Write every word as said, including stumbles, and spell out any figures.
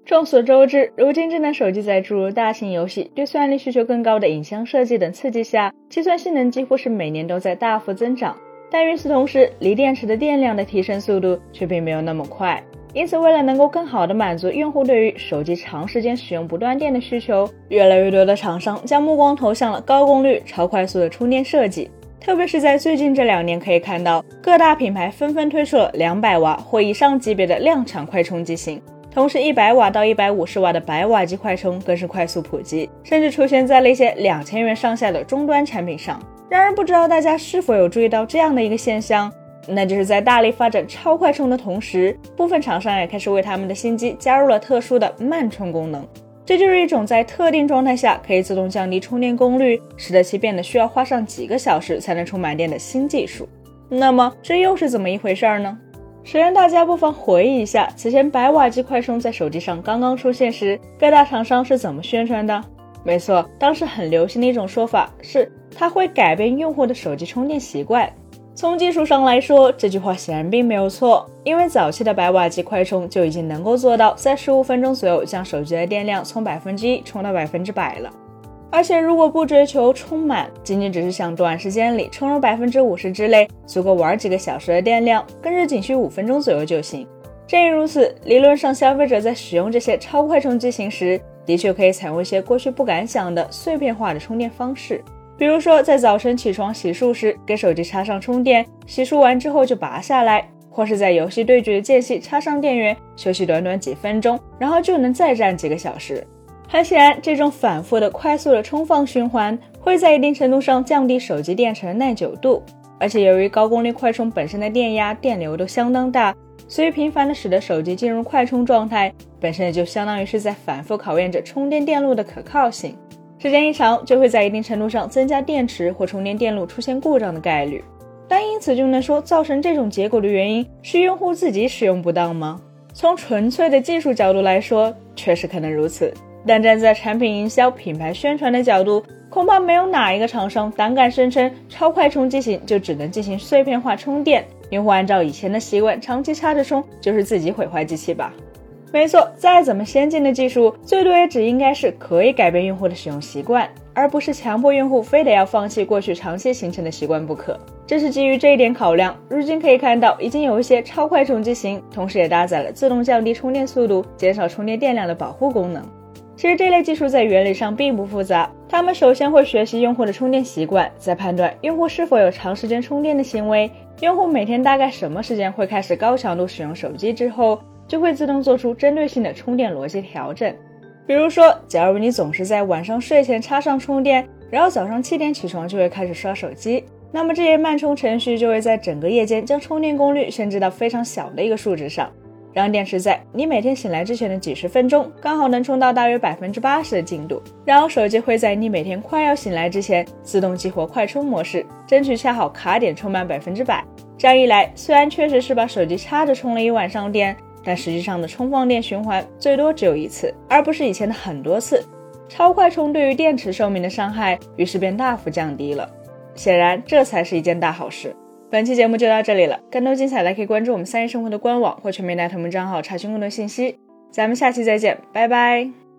众所周知，如今智能手机在诸如大型游戏、对算力需求更高的影像设计等刺激下，计算性能几乎是每年都在大幅增长。但与此同时，锂电池的电量的提升速度却并没有那么快。因此，为了能够更好地满足用户对于手机长时间使用不断电的需求，越来越多的厂商将目光投向了高功率、超快速的充电设计。特别是在最近这两年，可以看到各大品牌纷纷推出了两百瓦或以上级别的量产快充机型。同时一百瓦到一百五十瓦的百瓦级快充更是快速普及，甚至出现在了一些两千元上下的终端产品上。然而不知道大家是否有注意到这样的一个现象，那就是在大力发展超快充的同时，部分厂商也开始为他们的新机加入了特殊的慢充功能。这就是一种在特定状态下可以自动降低充电功率，使得其变得需要花上几个小时才能充满电的新技术。那么这又是怎么一回事呢？首先大家不妨回忆一下，此前百瓦级快充在手机上刚刚出现时，各大厂商是怎么宣传的？没错，当时很流行的一种说法是它会改变用户的手机充电习惯。从技术上来说，这句话显然并没有错，因为早期的百瓦级快充就已经能够做到在十五分钟左右将手机的电量从百分之一充到百分之百了。而且如果不追求充满，仅仅只是想短时间里充入百分之五十之类足够玩几个小时的电量，更是仅需五分钟左右就行。正因如此，理论上消费者在使用这些超快充机型时，的确可以采用一些过去不敢想的碎片化的充电方式。比如说在早晨起床洗漱时给手机插上充电，洗漱完之后就拔下来，或是在游戏对决的间隙插上电源，休息短短几分钟，然后就能再战几个小时。很显然，这种反复的快速的充放循环会在一定程度上降低手机电池的耐久度，而且由于高功率快充本身的电压、电流都相当大，所以频繁的使得手机进入快充状态，本身也就相当于是在反复考验着充电电路的可靠性。时间一长，就会在一定程度上增加电池或充电电路出现故障的概率。但因此就能说造成这种结果的原因是用户自己使用不当吗？从纯粹的技术角度来说，确实可能如此。但站在产品营销、品牌宣传的角度，恐怕没有哪一个厂商胆敢声称超快充机型就只能进行碎片化充电，用户按照以前的习惯长期插着充，就是自己毁坏机器吧。没错，再怎么先进的技术，最多也只应该是可以改变用户的使用习惯，而不是强迫用户非得要放弃过去长期形成的习惯不可。正是基于这一点考量，如今可以看到已经有一些超快充机型，同时也搭载了自动降低充电速度、减少充电电量的保护功能。其实这类技术在原理上并不复杂，他们首先会学习用户的充电习惯，再判断用户是否有长时间充电的行为，用户每天大概什么时间会开始高强度使用手机之后，就会自动做出针对性的充电逻辑调整。比如说，假如你总是在晚上睡前插上充电，然后早上七点起床就会开始刷手机，那么这些慢充程序就会在整个夜间将充电功率限制到非常小的一个数值上，让电池在你每天醒来之前的几十分钟刚好能充到大约 百分之八十 的进度，然后手机会在你每天快要醒来之前自动激活快充模式，争取恰好卡点充满 百分之百。 这样一来，虽然确实是把手机插着充了一晚上电，但实际上的充放电循环最多只有一次，而不是以前的很多次。超快充对于电池寿命的伤害于是便大幅降低了，显然这才是一件大好事。本期节目就到这里了，更多精彩的可以关注我们三一生活的官网或全民大同名账号查询更多信息。咱们下期再见，拜拜。